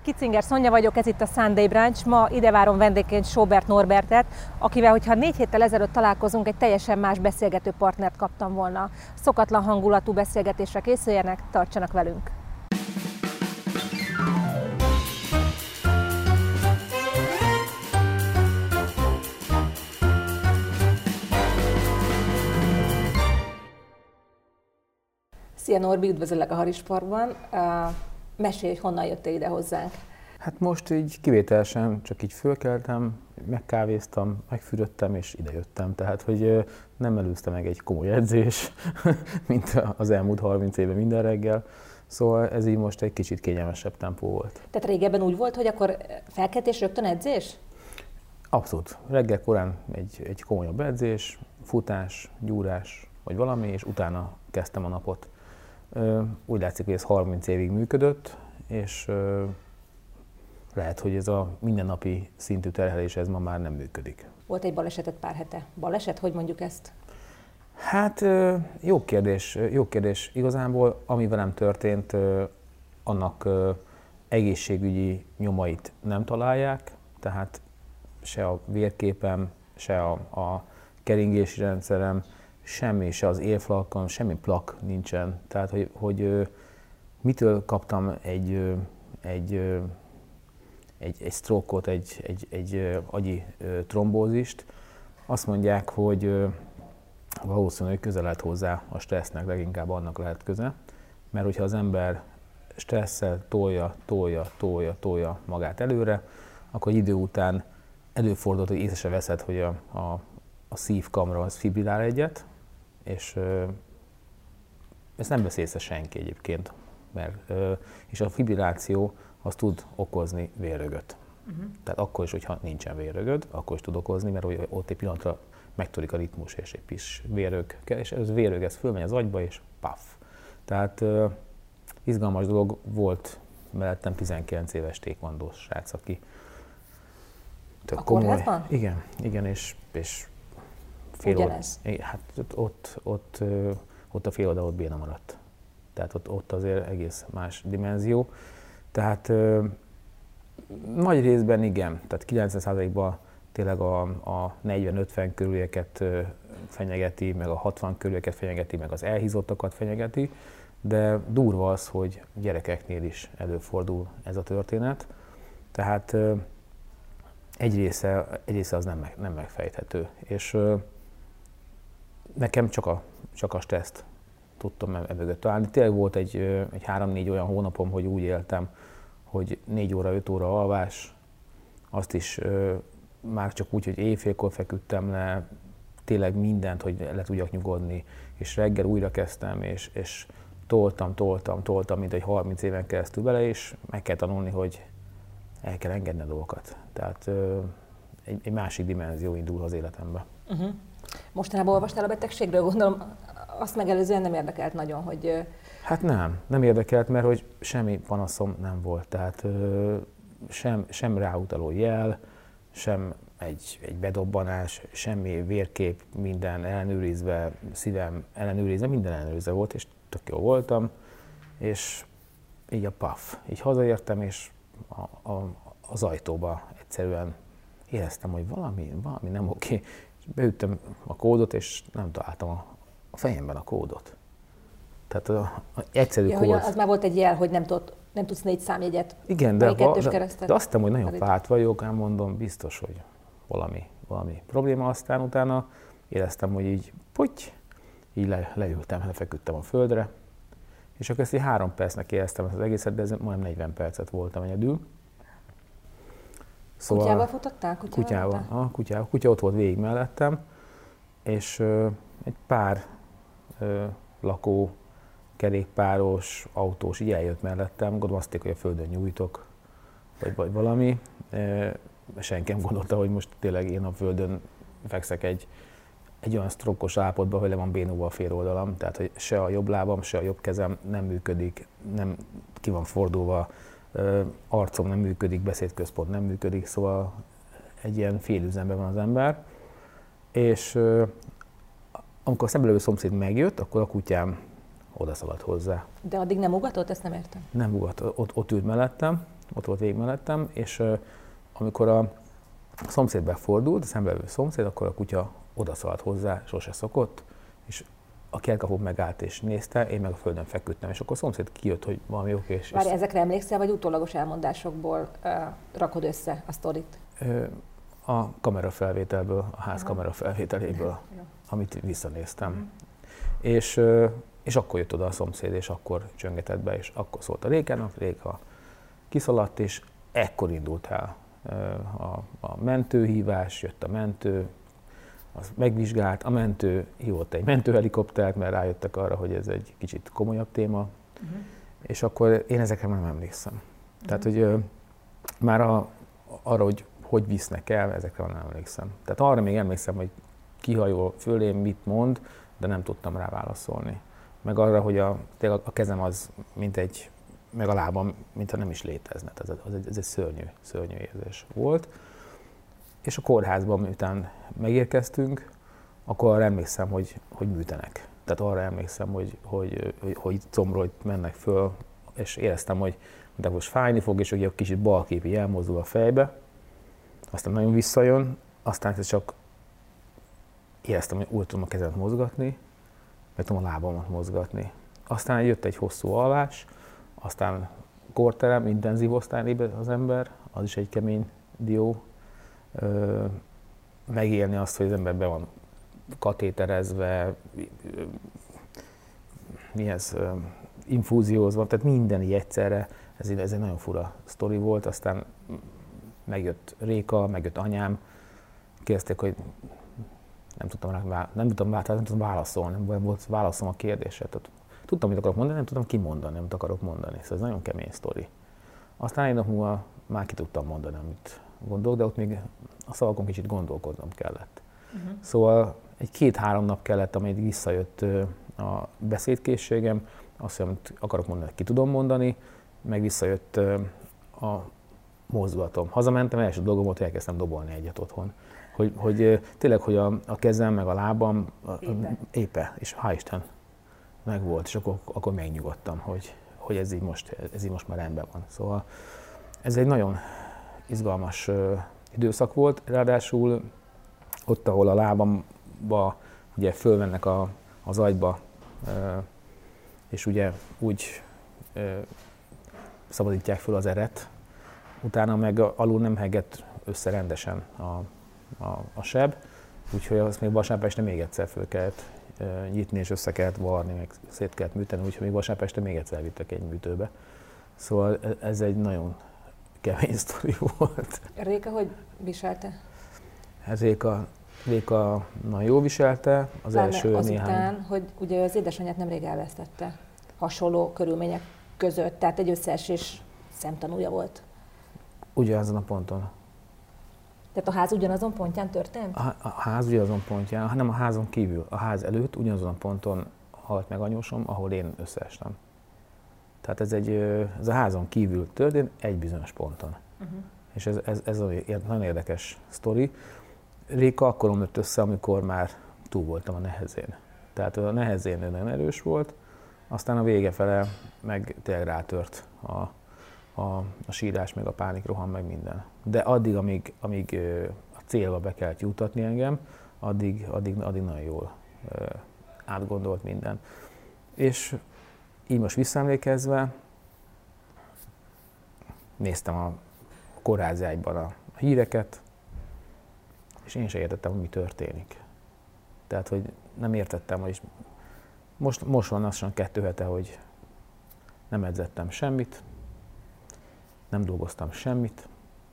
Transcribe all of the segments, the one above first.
Kicinger Szonya vagyok, ez itt a Sunday Brunch. Ma ide várom vendégként Sobert Norbertet, akivel, hogyha 4 héttel ezelőtt találkozunk, egy teljesen más beszélgető partnert kaptam volna. Szokatlan hangulatú beszélgetésre készüljenek, tartsanak velünk! Szia Norbi, üdvözöllek a Harisparkban. Mesélj, hogy honnan jöttél ide hozzánk. Hát most így kivételesen csak így fölkeltem, megkávéztam, megfürödtem és idejöttem. Tehát, hogy nem előzte meg egy komoly edzés, mint az elmúlt 30 éve minden reggel. Szóval ez így most egy kicsit kényelmesebb tempó volt. Tehát régebben úgy volt, hogy akkor felkeltés rögtön edzés? Abszolút. Reggel korán egy komolyabb edzés, futás, gyúrás vagy valami, és utána kezdtem a napot. Úgy látszik, hogy ez 30 évig működött, és lehet, hogy ez a mindennapi szintű terhelés ez ma már nem működik. Volt egy balesetet pár hete. Baleset? Hogy mondjuk ezt? Hát jó kérdés, jó kérdés. Igazából, ami velem történt, annak egészségügyi nyomait nem találják, tehát se a vérképem, se a keringési rendszerem, semmi, se az élfalakon, semmi plak nincsen. Tehát, hogy mitől kaptam egy stroke-ot, egy agyi trombózist. Azt mondják, hogy valószínűleg köze lehet hozzá a stressznek, leginkább annak lehet köze, mert hogyha az ember stresszel tolja magát előre, akkor idő után előfordult, hogy észre se veszed, hogy a szívkamra az fibrillál egyet, és ezt nem veszi észre senki egyébként, és a fibrilláció az tud okozni vérrögöt. Tehát akkor is, hogyha nincsen vérrögöd, akkor is tud okozni, mert ott egy pillanatra megtörik a ritmus, és egy kis vérrög, és ez vérrög, ez fölmegy az agyba, és paf. Tehát izgalmas dolog volt mellettem 19 éves taekwondós srác, aki tök komoly. Igen, és fél ugyanez? Hát ott a fél oda ott béna maradt. Tehát ott azért egész más dimenzió. Tehát nagy részben igen, tehát 90%-ban tényleg a 40-50 körülieket fenyegeti, meg a 60 körülieket fenyegeti, meg az elhízottakat fenyegeti, de durva az, hogy gyerekeknél is előfordul ez a történet. Tehát egy része az nem megfejthető. És nekem csak a stresszt tudtam emögött találni. Tényleg volt egy 3-4 olyan hónapom, hogy úgy éltem, hogy 4 óra, 5 óra alvás, azt is már csak úgy, hogy éjfélkor feküdtem le, tényleg mindent, hogy le tudjak nyugodni, és reggel újra kezdtem, és toltam, mint egy 30 éven keresztül bele, és meg kell tanulni, hogy el kell engedni a dolgokat. Tehát egy másik dimenzió indul az életembe. Mostanában olvastál a betegségről, gondolom, azt megelőzően nem érdekelt nagyon, hogy... Hát nem érdekelt, mert hogy semmi panaszom nem volt, tehát sem ráutaló jel, sem egy bedobbanás, semmi vérkép, minden ellenőrizve, szívem ellenőrizve, minden ellenőrizve volt, és tök jó voltam, és így a paf, így hazaértem, és az ajtóba egyszerűen éreztem, hogy valami nem oké. Beüttem a kódot, és nem találtam a fejemben a kódot. Tehát egyszerű kód. Az már volt egy jel, hogy nem tudsz 4 számjegyet. Igen, de azt hittem, hogy nagyon fáradt vagyok, ám mondom, biztos, hogy valami probléma. Aztán utána éreztem, hogy így leültem, lefeküdtem a földre, és akkor ezt így 3 percnek éreztem ezt az egészet, de ez majdnem 40 percet voltam egyedül. Szóval kutyával futottál? A kutya ott volt végig mellettem, és egy pár lakó, kerékpáros, autós így eljött mellettem, gondolom azt hogy a földön nyújtok, vagy valami. Senki nem gondolta, hogy most tényleg én a földön fekszek egy olyan sztrókos állapotban, hogy le van bénulva a fél oldalam, tehát hogy se a jobb lábam, se a jobb kezem nem működik, nem ki van fordulva, arcom nem működik, beszédközpont nem működik, szóval egy ilyen félüzemben van az ember. És amikor a szemben szomszéd megjött, akkor a kutyám odaszaladt hozzá. De addig nem ugatott? Ezt nem értem. Nem ugatott, ott ült mellettem, ott volt végig mellettem, és amikor a szomszéd befordult, a szembevő szomszéd, akkor a kutya odaszaladt hozzá, sose szokott, és a kertkapun megállt és nézte, én meg a földön feküdtem, és akkor a szomszéd kijött, hogy valami oké. Várj, ezekre emlékszel, vagy utólagos elmondásokból rakod össze a sztorit? A kamerafelvételből, a ház kamerafelvételéből, amit visszanéztem. És akkor jött oda a szomszéd, és akkor csöngetett be, és akkor szólt a Rékának, Réka kiszaladt, és ekkor indult el a mentőhívás, jött a mentő, az megvizsgált, a mentő hívott egy mentőhelikoptert, mert rájöttek arra, hogy ez egy kicsit komolyabb téma, és akkor én ezekre már nem emlékszem. Tehát, hogy már arra, hogy visznek el, ezekre már nem emlékszem. Tehát arra még emlékszem, hogy kihajol fölém, mit mond, de nem tudtam rá válaszolni. Meg arra, hogy tényleg a kezem az, meg a lábam, mintha nem is létezne. Ez egy szörnyű érzés volt. És a kórházban, miután megérkeztünk, akkor arra emlékszem, hogy műtenek. Tehát arra emlékszem, hogy combról mennek föl, és éreztem, hogy most fájni fog, és ugye a kicsit balképi elmozdul a fejbe, aztán nagyon visszajön, aztán csak éreztem, hogy úgy tudom a kezemet mozgatni, meg tudom a lábamat mozgatni. Aztán jött egy hosszú alvás, aztán korterem, intenzív osztályba az ember, az is egy kemény dió. Megélni azt, hogy az ember be van katéterezve, infúziózva, tehát minden így egyszerre, ez egy nagyon fura sztori volt, aztán megjött Réka, megjött anyám, kérdezték, hogy nem tudtam válaszolni, nem volt válaszom a kérdésre. Tehát tudtam, mit akarok mondani, nem tudtam kimondani, amit akarok mondani. Szóval ez nagyon kemény sztori. Aztán egy nap múlva már ki tudtam mondani, amit gondolok, de ott még a szavakon kicsit gondolkodnom kellett. Szóval egy 2-3 nap kellett, amíg visszajött a beszédkészségem, azt, amit akarok mondani, ki tudom mondani, meg visszajött a mozdulatom. Hazamentem, első dolgom volt, hogy elkezdtem dobolni egyet otthon. Hogy tényleg, hogy a kezem, meg a lábam épe, és hál' Isten, megvolt, és akkor megnyugodtam, hogy ez így most már rendben van. Szóval ez egy nagyon izgalmas időszak volt, ráadásul ott, ahol a lábamba ugye fölvennek az agyba, és ugye úgy szabadítják föl az eret, utána meg alul nem hegett össze rendesen a seb, úgyhogy azt még vasárnap este még egyszer föl kellett nyitni, és össze kellett varni, meg szét kellett műteni, úgyhogy még vasárnap este még egyszer vittek egy műtőbe. Szóval ez egy nagyon kemény sztori volt. Réka hogy viselte? Réka nagyon jól viselte, az első azután, hogy ugye az édesanyját nemrég elvesztette, hasonló körülmények között, tehát egy összeesés szemtanúja volt. Ugyanazon a ponton. Tehát a ház ugyanazon pontján történt? A ház ugyanazon pontján, hanem a házon kívül. A ház előtt ugyanazon a ponton halt meg anyósom, ahol én összeestem. Tehát ez a házon kívül történt egy bizonyos ponton. És ez nagyon érdekes sztori. Réka akkor omlott össze, amikor már túl voltam a nehezén. Tehát a nehezén nagyon erős volt, aztán a vége fele meg tényleg rátört a sírás, meg a pánikroham, meg minden. De addig, amíg a célba be kellett jutatni engem, addig nagyon jól átgondolt minden. És így most visszaemlékezve, néztem a kórházi ágyban a híreket, és én sem értettem, hogy mi történik. Tehát, hogy nem értettem, hogy most van lassan 2 hete, hogy nem edzettem semmit, nem dolgoztam semmit,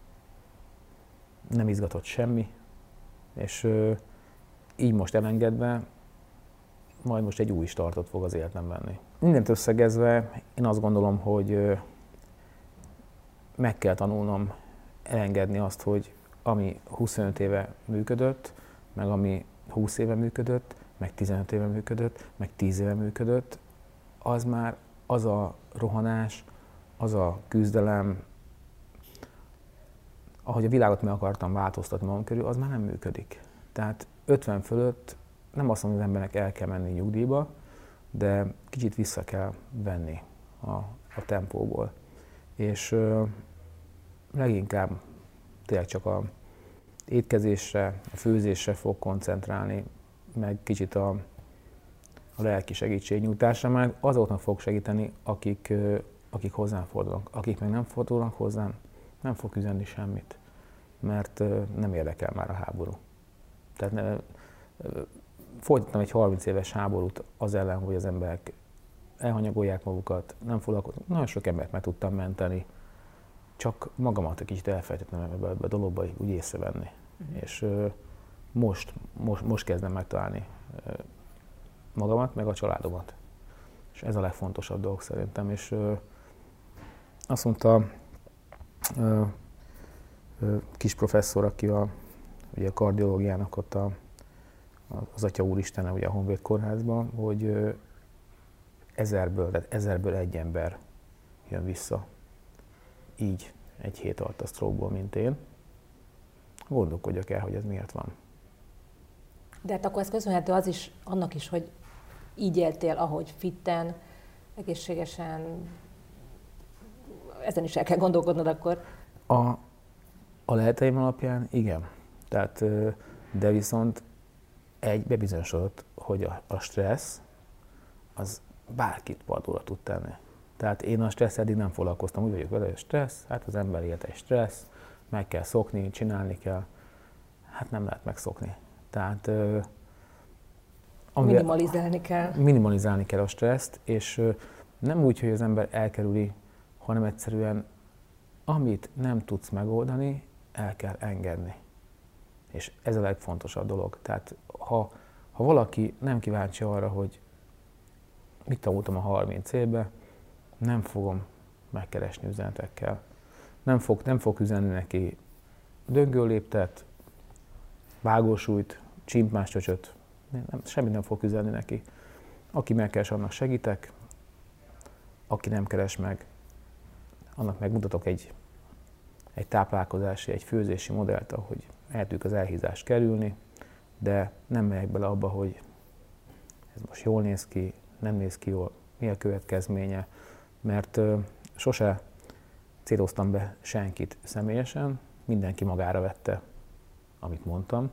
nem izgatott semmi, és így most elengedve, majd most egy új startot fog az életem venni. Mindent összegezve, én azt gondolom, hogy meg kell tanulnom elengedni azt, hogy ami 25 éve működött, meg ami 20 éve működött, meg 15 éve működött, meg 10 éve működött, az már az a rohanás, az a küzdelem, ahogy a világot meg akartam változtatni magam körül, az már nem működik. Tehát 50 fölött nem azt mondom, hogy az embernek el kell menni nyugdíjba, de kicsit vissza kell venni a tempóból. És leginkább tényleg csak a étkezésre, a főzésre fog koncentrálni, meg kicsit a lelki segítségnyújtásra, meg azoknak fog segíteni, akik hozzám fordulnak. Akik meg nem fordulnak hozzám, nem fog üzenni semmit, mert nem érdekel már a háború. Tehát folytattam egy 30 éves háborút az ellen, hogy az emberek elhanyagolják magukat, nem foglalkoznak. Nagyon sok embert meg tudtam menteni, csak magamat egy kicsit elfelejtettem ebbe a dologba úgy észrevenni. És most kezdem megtalálni magamat, meg a családomat. És ez a legfontosabb dolog szerintem. És azt mondta kis professzor, aki ugye a kardiológiának ott az Atya Úristene, ugye a Honvéd Kórházban, hogy ezerből egy ember jön vissza. Így egy hét alatt a stroke-ból, mint én. Gondolkodjak el, hogy ez miért van. De hát akkor ez köszönhető az is, annak is, hogy így éltél, ahogy fitten, egészségesen, ezen is el kell gondolkodnod akkor. A leheteim alapján igen. Tehát, de viszont bebizonyosodott, hogy a stressz az bárkit padlóra tud tenni. Tehát én a stressz eddig nem foglalkoztam, úgy vagyok vele, hogy a stressz, hát az ember élet egy stressz, meg kell szokni, csinálni kell. Hát nem lehet megszokni. Tehát minimalizálni kell. Minimalizálni kell a stresszt, és nem úgy, hogy az ember elkerüli, hanem egyszerűen amit nem tudsz megoldani, el kell engedni. És ez a legfontosabb dolog. Tehát ha valaki nem kíváncsi arra, hogy mit tanultam a 30 évben, nem fogom megkeresni üzenetekkel. Nem fog üzenni neki döngőléptet, vágósúlyt, csimpmáscsöcsöt, semmit nem fog üzenni neki. Aki megkeres, annak segítek, aki nem keres meg, annak megmutatok egy táplálkozási, egy főzési modellt, ahogy el tudjuk az elhízást kerülni, de nem megyek bele abba, hogy ez most jól néz ki, nem néz ki jól, mi a következménye, mert sose céloztam be senkit személyesen, mindenki magára vette, amit mondtam.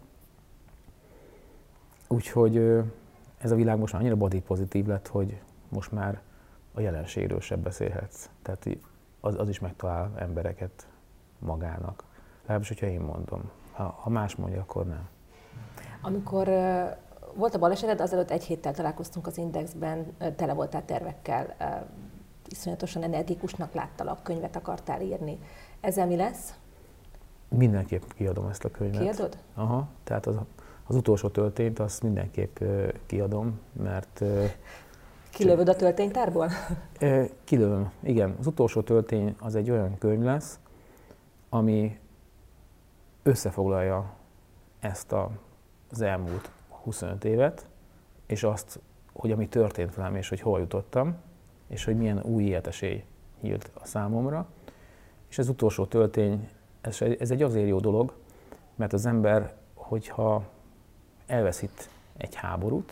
Úgyhogy ez a világ most már annyira body pozitív lett, hogy most már a jelenségről sem beszélhetsz. Tehát az is megtalál embereket magának. Legalábbis, hogyha én mondom. Ha más mondja, akkor nem. Amikor volt a baleseted, azelőtt egy héttel találkoztunk az Indexben, tele voltál tervekkel, iszonyatosan energikusnak láttalak, könyvet akartál írni. Ezzel mi lesz? Mindenképp kiadom ezt a könyvet. Kiadod? Aha, tehát az utolsó töltényt, azt mindenképp kiadom, mert... Kilövöd a tölténytárból? Kilövöm, igen. Az utolsó töltény az egy olyan könyv lesz, ami összefoglalja ezt az elmúlt 25 évet, és azt, hogy ami történt velem, és hogy hol jutottam, és hogy milyen új életesély nyílt a számomra. És az utolsó töltény, ez egy azért jó dolog, mert az ember, hogyha elveszít egy háborút,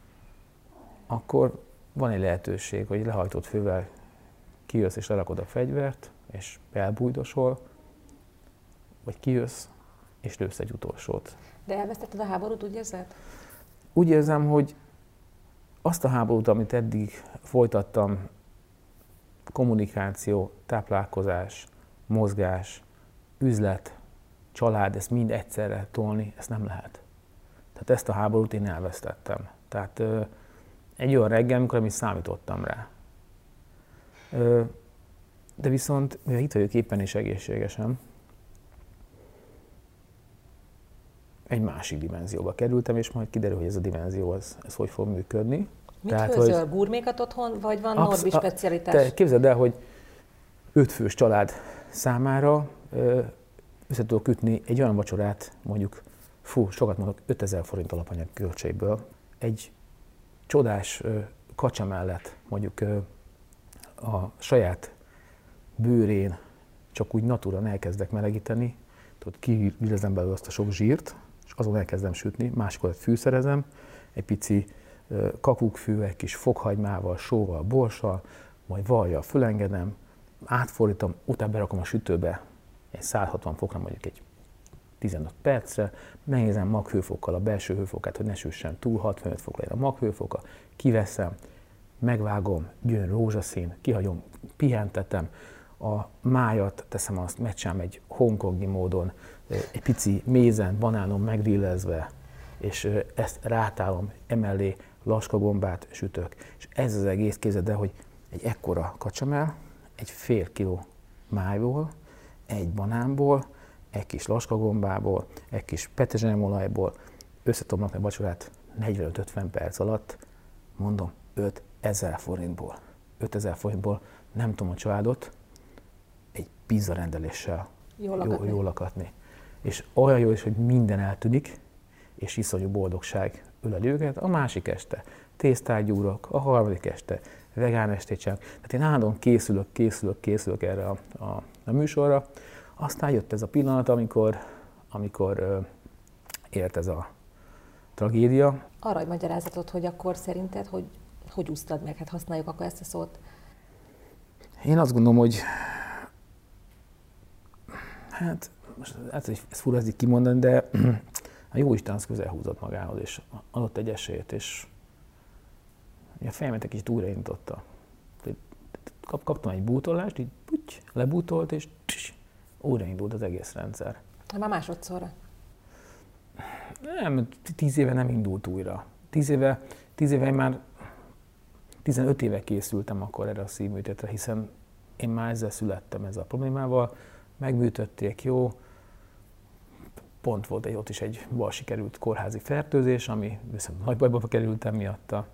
akkor van egy lehetőség, hogy lehajtott fővel kijössz és lerakod a fegyvert, és elbújdosol, vagy kijössz, és lősz egy utolsót. De elvesztetted a háborút, úgy érzed? Úgy érzem, hogy azt a háborút, amit eddig folytattam, kommunikáció, táplálkozás, mozgás, üzlet, család, ezt mind egyszerre tolni, ezt nem lehet. Tehát ezt a háborút én elvesztettem. Tehát egy olyan reggel, amikor nem is számítottam rá. De viszont, mivel itt vagyok éppen és egészségesen, egy másik dimenzióba kerültem, és majd kiderül, hogy ez a dimenzió, ez hogy fog működni. Mit főzöl? Gurmékat otthon, vagy van norbi specialitás? Képzeld el, hogy 5 fős család számára össze tudok ütni egy olyan vacsorát, mondjuk, sokat mondok, 5000 forint alapanyag költségből. Egy csodás kacsa mellett mondjuk a saját bőrén csak úgy natúran elkezdek melegíteni, tudod, kivillezem belőle azt a sok zsírt, és azon elkezdem sütni, máskor fűszerezem, egy pici kakukkfű, egy kis fokhagymával, sóval, borssal, majd vajjal fölengedem, átfordítom, utána berakom a sütőbe egy 160 fokra mondjuk egy 15 percre, megnézem maghőfokkal a belső hőfokát, hogy ne süssen túl, 65 fokra ér a maghőfoka, kiveszem, megvágom, jön rózsaszín, kihagyom, pihentetem, a májat teszem, azt meccsám egy hongkongi módon, egy pici mézen, banánon megrillezve, és ezt rátálom, emellé laskagombát sütök. És ez az egész, képzeld el, hogy egy ekkora kacsamel, egy fél kiló májból, egy banánból, egy kis laskagombából, egy kis petrezselyemolajból, összetom rakni a vacsorát 45-50 perc alatt, mondom, 5000 forintból. 5000 forintból nem tudom a családot egy pizza rendeléssel jól lakatni. És olyan jó is, hogy minden eltűnik, és iszonyú boldogság öleli őket. A másik este tésztát gyúrok, a harmadik este vegán estét csinálok. Tehát én állandóan készülök erre a műsorra. Aztán jött ez a pillanat, amikor ért ez a tragédia. Arra egy magyarázatot, hogy akkor szerinted, hogy úsztad meg, hát használjuk akkor ezt a szót. Én azt gondolom, hogy hát ez fura ez így kimondani, de a Jóisten az közel húzott magához, és adott egy esélyt, és a fejemet egy kicsit újraindította. Kaptam egy bútolást, így lebútolt, és újraindult az egész rendszer. Már másodszorra? Nem, 10 éve nem indult újra. 10 éve már 15 éve készültem akkor erre a szívműtétre, hiszen én már ezzel születtem ezzel a problémával, megműtötték, jó, pont volt ott is egy bal sikerült kórházi fertőzés, ami viszont nagy bajba kerültem miatta.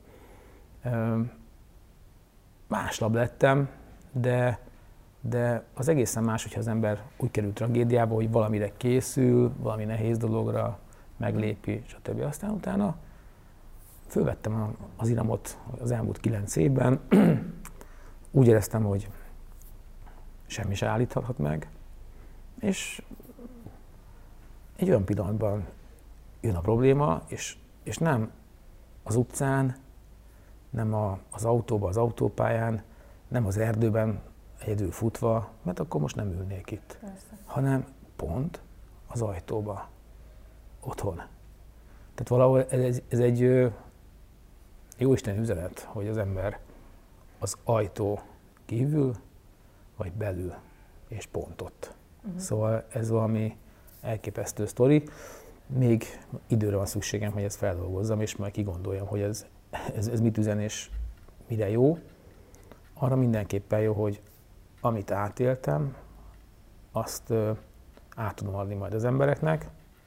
Máslabb lettem, de az egészen más, hogyha az ember úgy kerül tragédiába, hogy valamire készül, valami nehéz dologra, meglépi, stb. Aztán utána fölvettem az iramot az elmúlt 9 évben, úgy éreztem, hogy semmi se állíthat meg, és egy olyan pillanatban jön a probléma, és nem az utcán, nem az autóban, az autópályán, nem az erdőben egyedül futva, mert akkor most nem ülnék itt, hanem pont az ajtóba, otthon. Tehát valahol ez egy jóisteni üzenet, hogy az ember az ajtó kívül, vagy belül, és pont ott. Szóval ez valami elképesztő sztori. Még időre van szükségem, hogy ezt feldolgozzam, és majd kigondoljam, hogy ez mit üzen, és mire jó. Arra mindenképpen jó, hogy amit átéltem, azt át tudom adni majd az embereknek.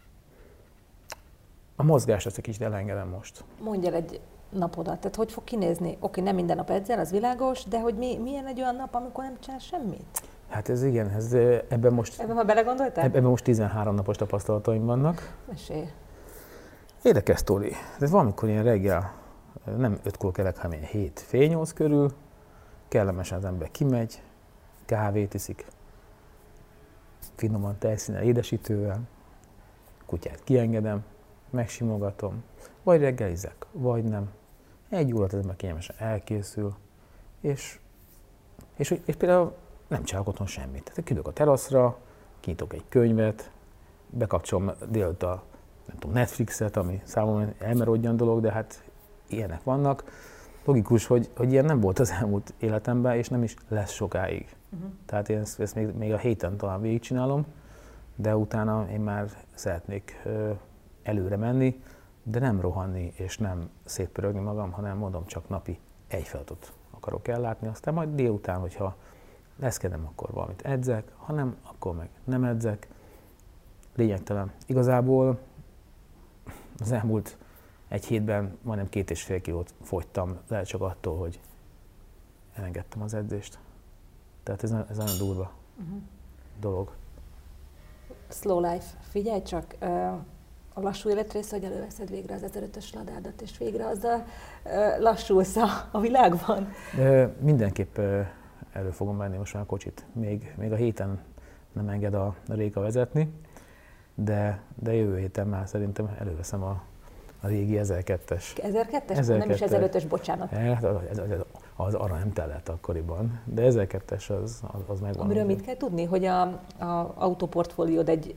A mozgást ezt egy kicsit elengedem most. Mondj el egy napodat, tehát hogy fog kinézni? Oké, nem minden nap edzel, az világos, de hogy milyen egy olyan nap, amikor nem csinál semmit? Hát ez igen, ebben most... Ebben már belegondoltál? Ebben most 13 napos tapasztalataim vannak. Mesélj. Érdekes sztori. Ez valamikor ilyen reggel, nem 5-kor kelek, hanem 7 fél 8 körül, kellemesen az ember kimegy, kávét iszik, finoman tejszínnel, édesítővel, kutyát kiengedem, megsimogatom, vagy reggelizek, vagy nem. Egy órát az ember kényelmesen elkészül, és például nem csinálok otthon semmit. Tehát kidök a teraszra, kinyitok egy könyvet, bekapcsolom délután a Netflixet, ami számomra elmerodjan dolog, de hát ilyenek vannak. Logikus, hogy ilyen nem volt az elmúlt életemben, és nem is lesz sokáig. Tehát én ezt még a héten talán végigcsinálom, de utána én már szeretnék előre menni, de nem rohanni és nem szétpörögni magam, hanem mondom, csak napi egy feladatot akarok ellátni, aztán majd délután, hogyha leszkedem, akkor valamit edzek, ha nem, akkor meg nem edzek. Lényegtelen. Igazából az elmúlt egy hétben majdnem 2,5 kilót fogytam, lehet csak attól, hogy elengedtem az edzést. Tehát ez nagyon durva dolog. Slow life. Figyelj csak, a lassú életrész, hogy előveszed végre az 1005-ös ladádat, és végre azzal lassulsz a világban. Mindenképp elő fogom venni most már a kocsit. Még a héten nem enged a Réka vezetni, de jövő héten már szerintem előveszem a régi 1002-es. 1002-es? Nem is 1005-ös, bocsánat. az arra nem tellett akkoriban, de 1002-es az megvan. Amiről mit kell tudni, hogy a autóportfóliód egy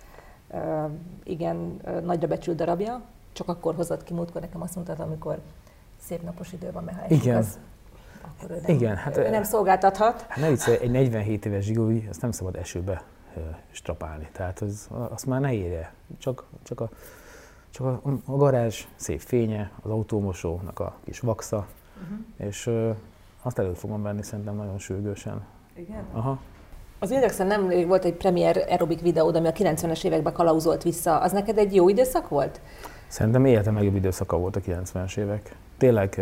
igen nagyra becsült darabja, csak akkor hozott ki múltkor, nekem azt mondtad, amikor szép napos idő van, mert ha esik, az akkor ő nem szolgáltathat. Hát ne viccelj, egy 47 éves zsiguli, azt nem szabad esőbe strapálni, tehát azt már ne érje. Csak a garázs szép fénye, az autómosónak a kis vaxa, és azt elő fogom venni szerintem nagyon sürgősen. Igen? Aha. Az Indexen nemrég volt egy premier aerobik videód, ami a 90-es években kalauzolt vissza. Az neked egy jó időszak volt? Szerintem életem legjobb időszaka volt a 90-es évek. Tényleg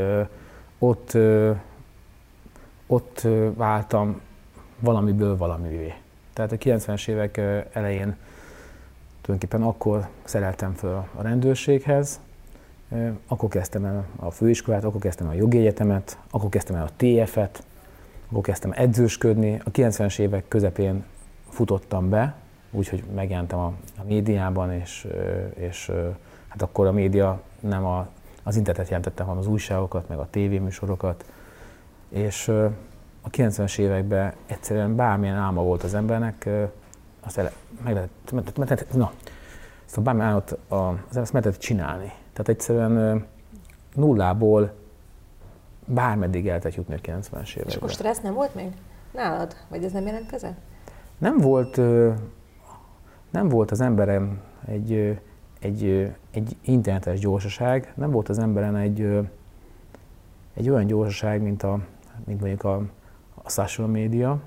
ott váltam valamiből valamivé. Tehát a 90-es évek elején tulajdonképpen akkor szereltem fel a rendőrséghez, akkor kezdtem el a főiskolát, akkor kezdtem el a jogi egyetemet, akkor kezdtem el a TF-et, akkor kezdtem edzősködni. A 90-es évek közepén futottam be, úgyhogy megjelentem a médiában, és hát akkor a média nem az internetet jelentette, hanem az újságokat, meg a tévéműsorokat. És a 90-es években egyszerűen bármilyen álma volt az embernek, azt bármilyen álmot azt meg lehetett csinálni. Tehát egyszerűen nullából bármeddig el lehet jutni a 90-es években. És akkor stressz nem volt még nálad? Vagy ez nem jelentkezett? Nem volt az emberem egy internetes gyorsaság, nem volt az emberen egy olyan gyorsaság, mint mondjuk a social media,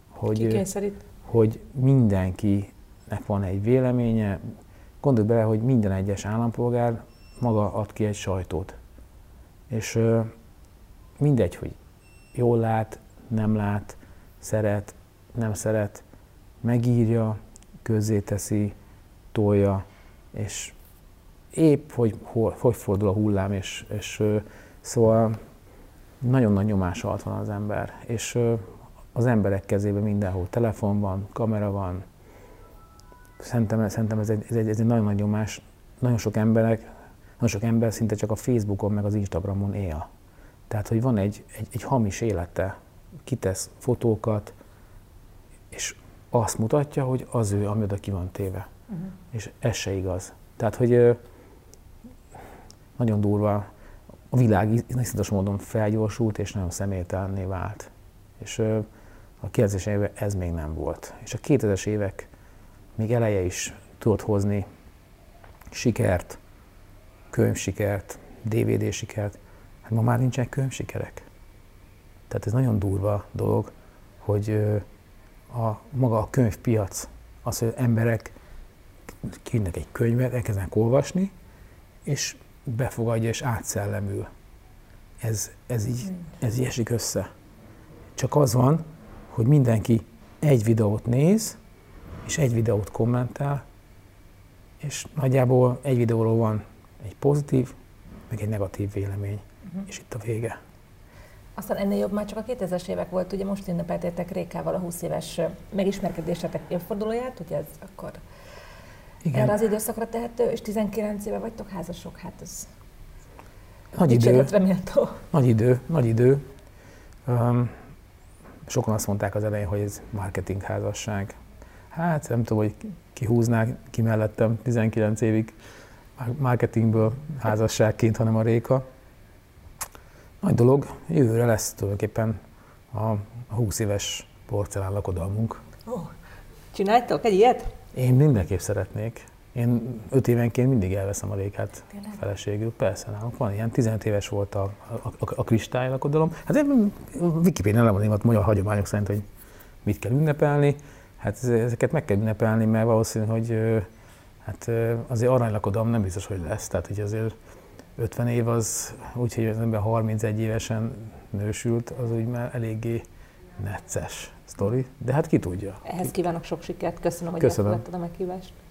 hogy mindenkinek van egy véleménye. Gondolj bele, hogy minden egyes állampolgár maga ad ki egy sajtót. És mindegy, hogy jól lát, szeret, nem szeret, megírja, közzéteszi, tolja, és épp, hogy fordul a hullám, és szóval nagyon nagy nyomás alatt van az ember, és az emberek kezében mindenhol telefon van, kamera van. Szerintem ez egy nagyon nagy nyomás. Nagyon sok ember szinte csak a Facebookon meg az Instagramon él. Tehát, hogy van egy hamis élete, kitesz fotókat, és azt mutatja, hogy az ő, ami oda ki van téve. És ez se igaz. Tehát, hogy nagyon durva, a világ iszonyatos módon felgyorsult, és nagyon személytelenné vált. És a 90-es években ez még nem volt. És a 2000-es évek még eleje is tudott hozni sikert, könyvsikert, DVD sikert. Hát ma már nincsenek könyvsikerek. Tehát ez nagyon durva dolog, hogy maga a könyvpiac, az, hogy emberek kiírnak egy könyvet, elkezdenek olvasni, és befogadja és átszellemül. Ez így esik össze. Csak az van, hogy mindenki egy videót néz, és egy videót kommentál, és nagyjából egy videóról van egy pozitív, meg egy negatív vélemény, és itt a vége. Aztán ennél jobb már csak a 2000-es évek volt, ugye most ünnepeltétek Rékával a 20 éves megismerkedésetek évfordulóját, ugye ez akkor igen. Erre az időszakra tehető, és 19 éve vagytok házasok, hát ez dicséretre méltó. Nagy idő. Sokan azt mondták az elején, hogy ez marketing házasság. Hát nem tudom, hogy ki húzná ki mellettem 19 évig marketingből házasságként, hanem a Réka. Nagy dolog, jövőre lesz tulajdonképpen a 20 éves porcelán lakodalmunk. Csináltok egy ilyet? Én mindenképp szeretnék. Én 5 évenként mindig elveszem a Rékát feleségül. Persze, nálunk van ilyen. 15 éves volt a kristálylakodalom. Hát Wikipédián nem mondom a magyar hagyományok szerint, hogy mit kell ünnepelni. Hát ezeket meg kell ünnepelni, mert valószínű, hogy hát azért aranylakodalom nem biztos, hogy lesz. Tehát, hogy azért 50 év az, úgyhogy az ember 31 évesen nősült, az úgy már eléggé necces sztori, de hát ki tudja. Ehhez kívánok sok sikert, köszönöm, hogy elfogadtad a meghívást.